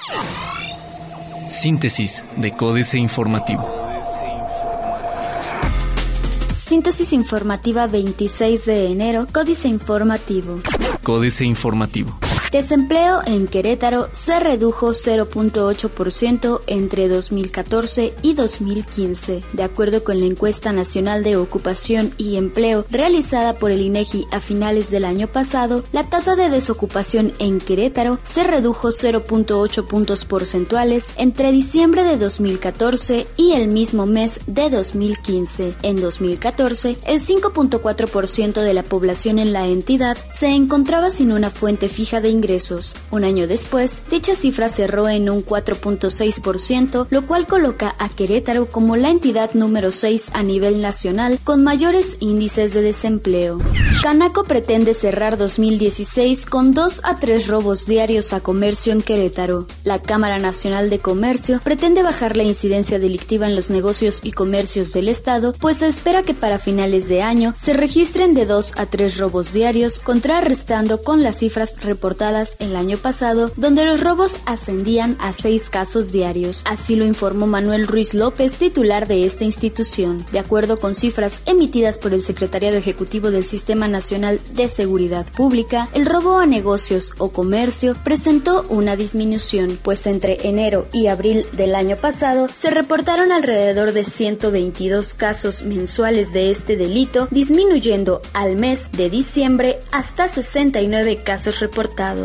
Síntesis de Códice Informativo. Síntesis informativa 26 de enero, Códice Informativo. Códice Informativo. Desempleo en Querétaro se redujo 0.8% entre 2014 y 2015. De acuerdo con la encuesta nacional de ocupación y empleo realizada por el INEGI a finales del año pasado, la tasa de desocupación en Querétaro se redujo 0.8 puntos porcentuales entre diciembre de 2014 y el mismo mes de 2015. En 2014, el 5.4% de la población en la entidad se encontraba sin una fuente fija de ingresos. Un año después, dicha cifra cerró en un 4.6%, lo cual coloca a Querétaro como la entidad número 6 a nivel nacional con mayores índices de desempleo. Canaco pretende cerrar 2016 con 2 a 3 robos diarios a comercio en Querétaro. La Cámara Nacional de Comercio pretende bajar la incidencia delictiva en los negocios y comercios del estado, pues se espera que para finales de año se registren de 2 a 3 robos diarios, contrarrestando con las cifras reportadas el año pasado, donde los robos ascendían a 6 casos diarios. Así lo informó Manuel Ruiz López, titular de esta institución. De acuerdo con cifras emitidas por el Secretariado Ejecutivo del Sistema Nacional de Seguridad Pública, el robo a negocios o comercio presentó una disminución, pues entre enero y abril del año pasado se reportaron alrededor de 122 casos mensuales de este delito, disminuyendo al mes de diciembre hasta 69 casos reportados.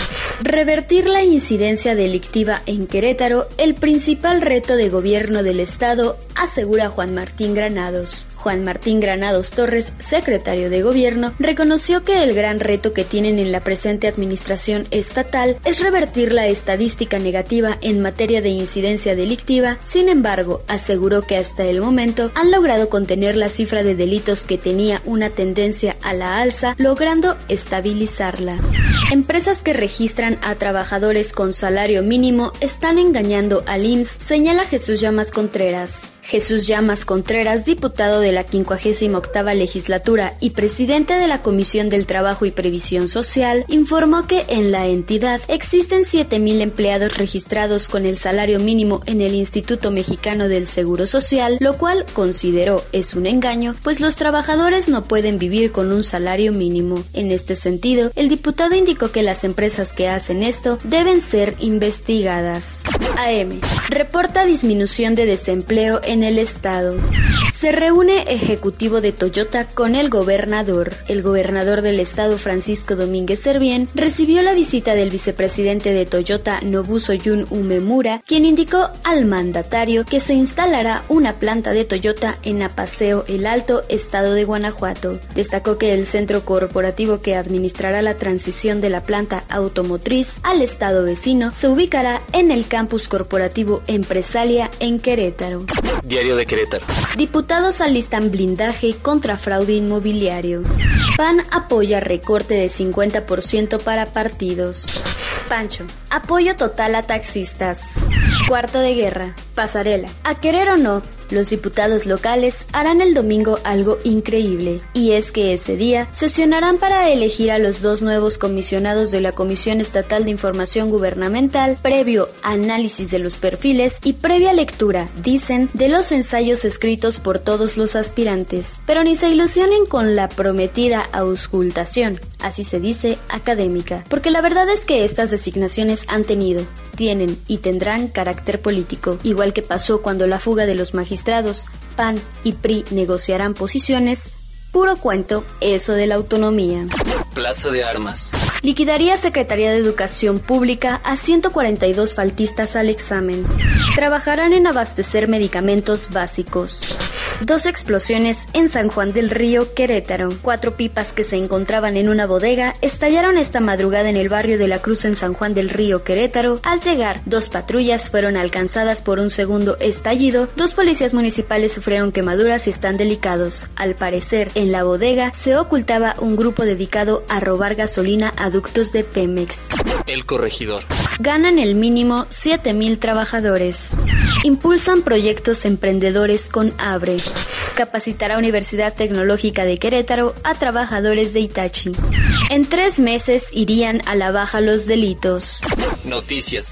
Revertir la incidencia delictiva en Querétaro, el principal reto de gobierno del estado, asegura Juan Martín Granados. Juan Martín Granados Torres, secretario de Gobierno, reconoció que el gran reto que tienen en la presente administración estatal es revertir la estadística negativa en materia de incidencia delictiva. Sin embargo, aseguró que hasta el momento han logrado contener la cifra de delitos que tenía una tendencia a la alza, logrando estabilizarla. Empresas que registran a trabajadores con salario mínimo están engañando al IMSS, señala Jesús Llamas Contreras. Jesús Llamas Contreras, diputado de la 58ª legislatura y presidente de la Comisión del Trabajo y Previsión Social, informó que en la entidad existen 7,000 empleados registrados con el salario mínimo en el Instituto Mexicano del Seguro Social, lo cual consideró es un engaño, pues los trabajadores no pueden vivir con un salario mínimo. En este sentido, el diputado indicó que las empresas que hacen esto deben ser investigadas. AM. Reporta disminución de desempleo en el estado. Se reúne ejecutivo de Toyota con el gobernador. El gobernador del estado, Francisco Domínguez Servién, recibió la visita del vicepresidente de Toyota, Nobuo Jun Umemura, quien indicó al mandatario que se instalará una planta de Toyota en Apaseo El Alto, estado de Guanajuato. Destacó que el centro corporativo que administrará la transición de la planta automotriz al estado vecino se ubicará en el campus corporativo Empresalia en Querétaro. Diario de Querétaro. Diputados alistan blindaje contra fraude inmobiliario. PAN apoya recorte de 50% para partidos. Pancho. Apoyo total a taxistas. Cuarto de guerra. Pasarela. A querer o no, los diputados locales harán el domingo algo increíble, y es que ese día sesionarán para elegir a los 2 nuevos comisionados de la Comisión Estatal de Información Gubernamental, previo análisis de los perfiles y previa lectura, dicen, de los ensayos escritos por todos los aspirantes. Pero ni se ilusionen con la prometida auscultación, así se dice, académica, porque la verdad es que estas designaciones han tenido, tienen y tendrán carácter político, igual que pasó cuando la fuga de los magistrados, PAN y PRI negociarán posiciones. Puro cuento, eso de la autonomía. Plaza de Armas. Liquidaría Secretaría de Educación Pública a 142 faltistas al examen. Trabajarán en abastecer medicamentos básicos. 2 explosiones en San Juan del Río, Querétaro. 4 pipas que se encontraban en una bodega estallaron esta madrugada en el barrio de la Cruz en San Juan del Río, Querétaro. Al llegar, 2 patrullas fueron alcanzadas por un segundo estallido. 2 policías municipales sufrieron quemaduras y están delicados. Al parecer, en la bodega se ocultaba un grupo dedicado a robar gasolina a ductos de Pemex. El Corregidor. Ganan el mínimo 7,000 trabajadores. Impulsan proyectos emprendedores con Abre. Capacitará Universidad Tecnológica de Querétaro a trabajadores de Hitachi. En 3 meses irían a la baja los delitos. Noticias.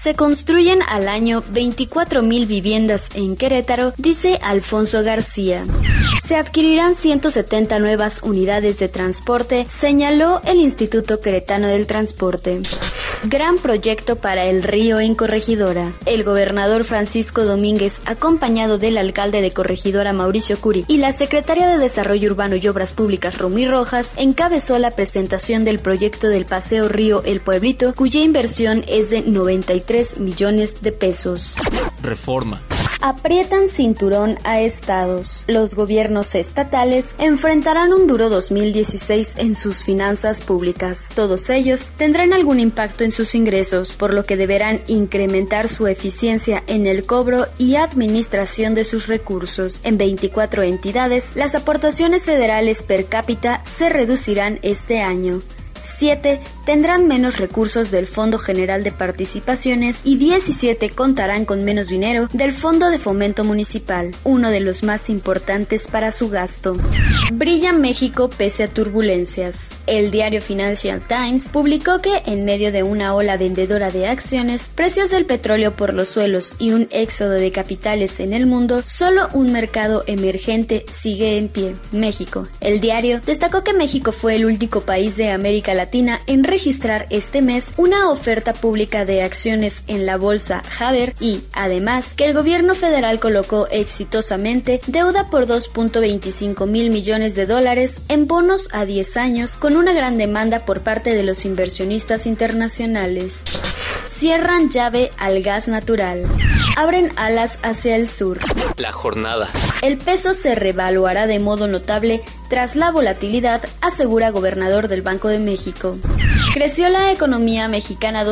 Se construyen al año 24,000 viviendas en Querétaro, dice Alfonso García. Se adquirirán 170 nuevas unidades de transporte, señaló el Instituto Queretano del Transporte. Gran proyecto para el río en Corregidora. El gobernador Francisco Domínguez, acompañado del alcalde de Corregidora Mauricio Curi y la secretaria de Desarrollo Urbano y Obras Públicas Rumi Rojas, encabezó la presentación del proyecto del Paseo Río El Pueblito, cuya inversión es de 93 millones de pesos. Reforma. Aprietan cinturón a estados. Los gobiernos estatales enfrentarán un duro 2016 en sus finanzas públicas. Todos ellos tendrán algún impacto en sus ingresos, por lo que deberán incrementar su eficiencia en el cobro y administración de sus recursos. En 24 entidades, las aportaciones federales per cápita se reducirán este año. 7 tendrán menos recursos del Fondo General de Participaciones y 17 contarán con menos dinero del Fondo de Fomento Municipal, uno de los más importantes para su gasto. Brilla México pese a turbulencias. El diario Financial Times publicó que, en medio de una ola vendedora de acciones, precios del petróleo por los suelos y un éxodo de capitales en el mundo, solo un mercado emergente sigue en pie: México. El diario destacó que México fue el único país de América Latina en registrar este mes una oferta pública de acciones en la bolsa Haber y, además, que el gobierno federal colocó exitosamente deuda por $2.25 mil millones en bonos a 10 años, con una gran demanda por parte de los inversionistas internacionales. Cierran llave al gas natural. Abren alas hacia el sur. La jornada. El peso se revaluará de modo notable tras la volatilidad, asegura gobernador del Banco de México. Creció la economía mexicana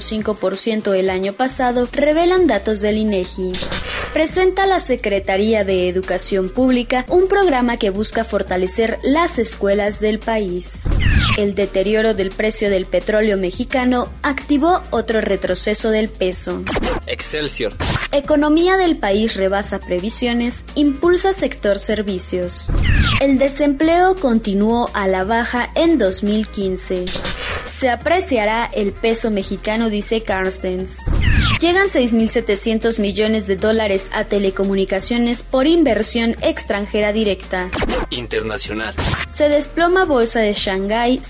2.5% el año pasado, revelan datos del INEGI. Presenta la Secretaría de Educación Pública un programa que busca fortalecer las escuelas del país. El deterioro del precio del petróleo mexicano activó otro retroceso del peso. Excelsior. Economía del país rebasa previsiones, impulsa sector servicios. El desempleo continuó a la baja en 2015. Se apreciará el peso mexicano, dice Carstens. Llegan $6.700 millones a telecomunicaciones por inversión extranjera directa. Internacional. Se desploma bolsa de Shanghái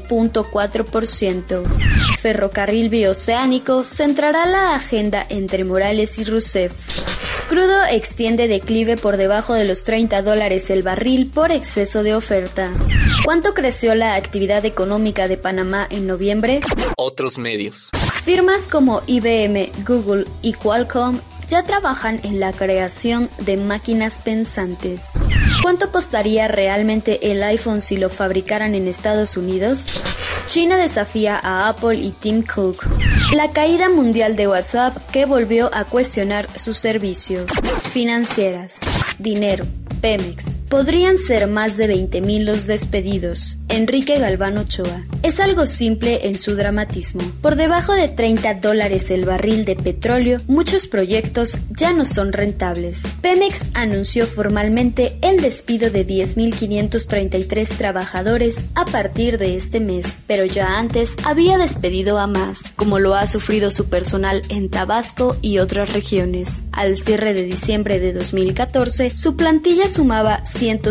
6.4%. Ferrocarril Bioceánico centrará la agenda entre Morales y Rousseff. Crudo extiende declive por debajo de los $30 el barril por exceso de oferta. ¿Cuánto creció la actividad económica de Panamá en noviembre? Otros medios. Firmas como IBM, Google y Qualcomm ya trabajan en la creación de máquinas pensantes. ¿Cuánto costaría realmente el iPhone si lo fabricaran en Estados Unidos? China desafía a Apple y Tim Cook. La caída mundial de WhatsApp, que volvió a cuestionar su servicio. Financieras. Dinero. Pemex. Podrían ser más de 20,000 los despedidos. Enrique Galván Ochoa. Es algo simple en su dramatismo. Por debajo de $30 el barril de petróleo, muchos proyectos ya no son rentables. Pemex anunció formalmente el despido de 10,533 trabajadores a partir de este mes, pero ya antes había despedido a más, como lo ha sufrido su personal en Tabasco y otras regiones. Al cierre de diciembre de 2014, su plantilla sumaba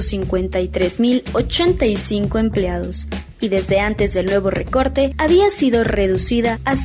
153,085 empleados, y desde antes del nuevo recorte había sido reducida a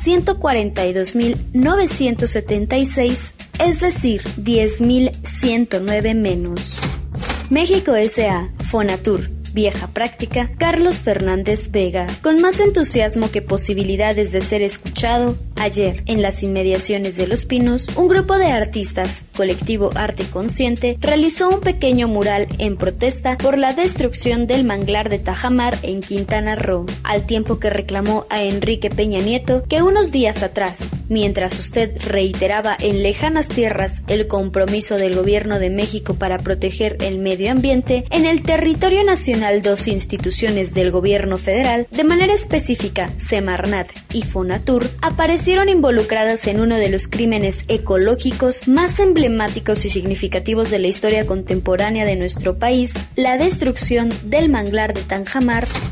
142,976, es decir, 10,109 menos. México S.A., Fonatur, vieja práctica, Carlos Fernández Vega. Con más entusiasmo que posibilidades de ser escuchado, ayer, en las inmediaciones de Los Pinos, un grupo de artistas, colectivo Arte Consciente, realizó un pequeño mural en protesta por la destrucción del manglar de Tajamar en Quintana Roo, al tiempo que reclamó a Enrique Peña Nieto que unos días atrás, mientras usted reiteraba en lejanas tierras el compromiso del gobierno de México para proteger el medio ambiente, en el territorio nacional dos instituciones del gobierno federal, de manera específica Semarnat y Fonatur, aparecieron involucradas en uno de los crímenes ecológicos más emblemáticos y significativos de la historia contemporánea de nuestro país, la destrucción del manglar de Tajamar.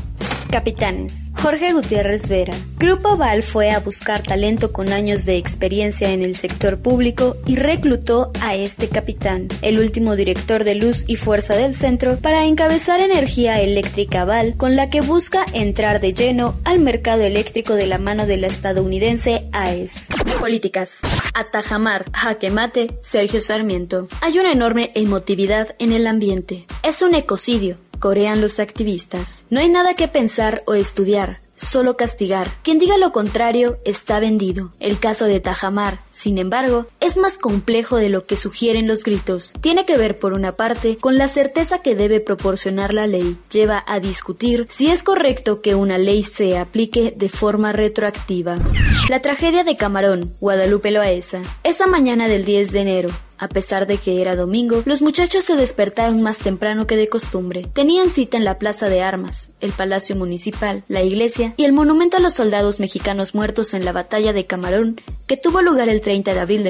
Capitanes. Jorge Gutiérrez Vera. Grupo Val fue a buscar talento con años de experiencia en el sector público y reclutó a este capitán, el último director de Luz y Fuerza del Centro, para encabezar Energía Eléctrica Val, con la que busca entrar de lleno al mercado eléctrico de la mano de la estadounidense AES. Políticas. Atajamar, jaque mate, Sergio Sarmiento. Hay una enorme emotividad en el ambiente. Es un ecocidio, corean los activistas. No hay nada que pensar o estudiar, solo castigar. Quien diga lo contrario está vendido. El caso de Tajamar, sin embargo, es más complejo de lo que sugieren los gritos. Tiene que ver, por una parte, con la certeza que debe proporcionar la ley. Lleva a discutir si es correcto que una ley se aplique de forma retroactiva. La tragedia de Camarón, Guadalupe Loaesa. Esa mañana del 10 de enero, a pesar de que era domingo, los muchachos se despertaron más temprano que de costumbre. Tenían cita en la Plaza de Armas, el Palacio Municipal, la iglesia y el monumento a los soldados mexicanos muertos en la batalla de Camarón, que tuvo lugar el 30 de abril de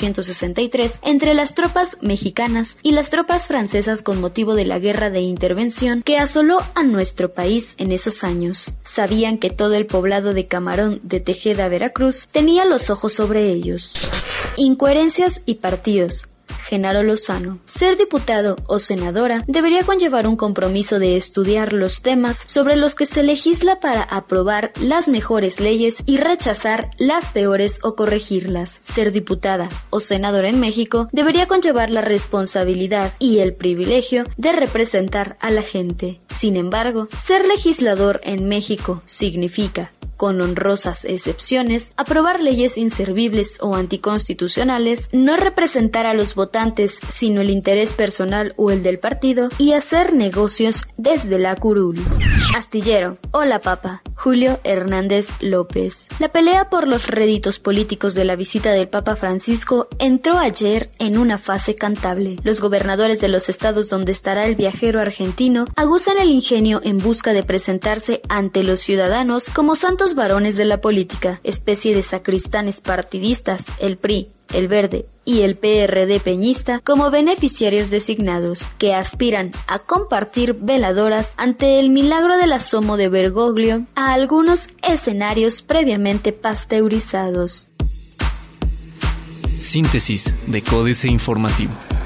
1863 entre las tropas mexicanas y las tropas francesas con motivo de la guerra de intervención que asoló a nuestro país en esos años. Sabían que todo el poblado de Camarón de Tejeda, Veracruz, tenía los ojos sobre ellos. Incoherencias y partidos. Genaro Lozano. Ser diputado o senadora debería conllevar un compromiso de estudiar los temas sobre los que se legisla para aprobar las mejores leyes y rechazar las peores o corregirlas. Ser diputada o senadora en México debería conllevar la responsabilidad y el privilegio de representar a la gente. Sin embargo, ser legislador en México significa, con honrosas excepciones, aprobar leyes inservibles o anticonstitucionales, no representar a los votantes sino el interés personal o el del partido, y hacer negocios desde la curul. Astillero. Hola papa. Julio Hernández López. La pelea por los réditos políticos de la visita del Papa Francisco entró ayer en una fase cantable. Los gobernadores de los estados donde estará el viajero argentino aguzan el ingenio en busca de presentarse ante los ciudadanos como santos varones de la política, especie de sacristanes partidistas, el PRI, el Verde y el PRD peñista como beneficiarios designados, que aspiran a compartir veladoras ante el milagro del asomo de Bergoglio a algunos escenarios previamente pasteurizados. Síntesis de Códice Informativo.